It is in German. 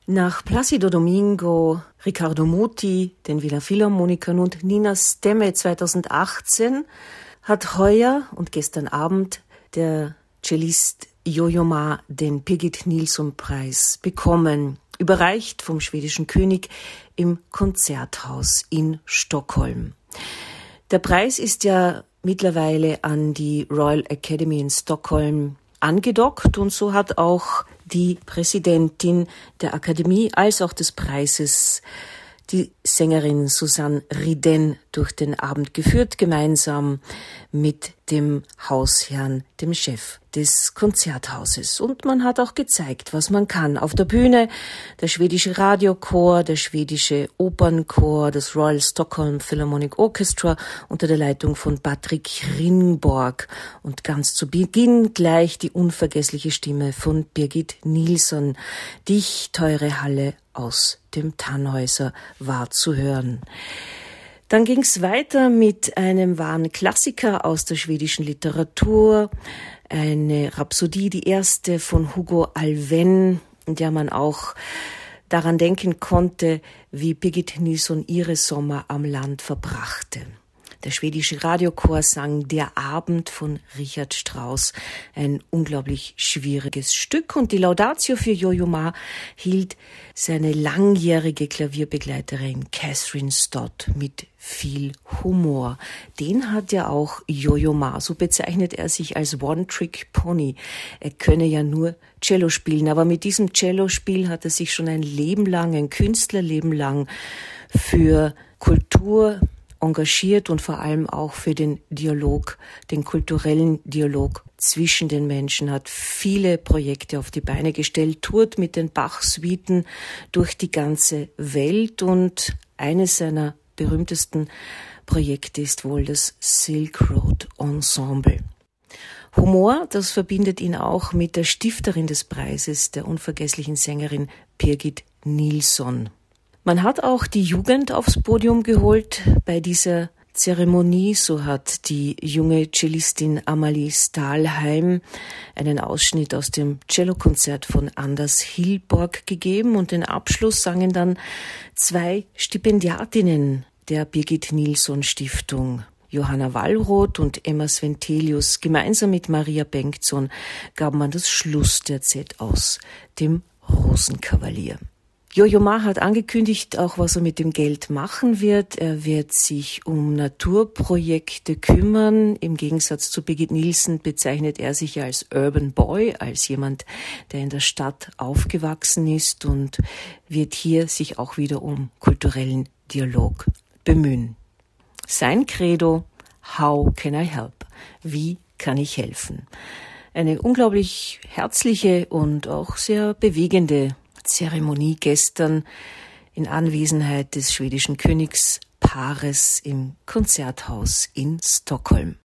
Nach Plácido Domingo, Riccardo Muti, den Wiener Philharmonikern und Nina Stemme 2018 hat heuer und gestern Abend der Cellist Yo-Yo Ma den Birgit Nilsson-Preis bekommen, überreicht vom schwedischen König im Konzerthaus in Stockholm. Der Preis ist ja mittlerweile an die Royal Academy in Stockholm angedockt und so hat auch die Präsidentin der Akademie als auch des Preises die Sängerin Susanne Riden durch den Abend geführt, gemeinsam mit dem Hausherrn, dem Chef des Konzerthauses. Und man hat auch gezeigt, was man kann. Auf der Bühne der schwedische Radiochor, der schwedische Opernchor, das Royal Stockholm Philharmonic Orchestra unter der Leitung von Patrick Ringborg und ganz zu Beginn gleich die unvergessliche Stimme von Birgit Nilsson. Dich, teure Halle aus dem Tannhäuser war zu hören. Dann ging's weiter mit einem wahren Klassiker aus der schwedischen Literatur, eine Rhapsodie, die erste von Hugo Alfvén, in der man auch daran denken konnte, wie Birgit Nilsson ihre Sommer am Land verbrachte. Der schwedische Radiochor sang Der Abend von Richard Strauss, ein unglaublich schwieriges Stück. Und die Laudatio für Yo-Yo Ma hielt seine langjährige Klavierbegleiterin Catherine Stott mit viel Humor. Den hat ja auch Yo-Yo Ma, so bezeichnet er sich als One-Trick-Pony. Er könne ja nur Cello spielen, aber mit diesem Cellospiel hat er sich schon ein Leben lang, ein Künstlerleben lang für Kultur engagiert und vor allem auch für den Dialog, den kulturellen Dialog zwischen den Menschen, hat viele Projekte auf die Beine gestellt, tourt mit den Bach-Suiten durch die ganze Welt und eines seiner berühmtesten Projekte ist wohl das Silk Road Ensemble. Humor, das verbindet ihn auch mit der Stifterin des Preises, der unvergesslichen Sängerin Birgit Nilsson. Man hat auch die Jugend aufs Podium geholt bei dieser Zeremonie. So hat die junge Cellistin Amalie Stahlheim einen Ausschnitt aus dem Cellokonzert von Anders Hillborg gegeben und den Abschluss sangen dann zwei Stipendiatinnen der Birgit Nilsson Stiftung. Johanna Wallroth und Emma Sventelius gemeinsam mit Maria Bengtsson gaben an das Schlussterzett aus dem Rosenkavalier. Yo-Yo Ma hat angekündigt, auch was er mit dem Geld machen wird. Er wird sich um Naturprojekte kümmern. Im Gegensatz zu Birgit Nilsson bezeichnet er sich als Urban Boy, als jemand, der in der Stadt aufgewachsen ist und wird hier sich auch wieder um kulturellen Dialog bemühen. Sein Credo: How can I help? Wie kann ich helfen? Eine unglaublich herzliche und auch sehr bewegende Zeremonie gestern in Anwesenheit des schwedischen Königspaares im Konzerthaus in Stockholm.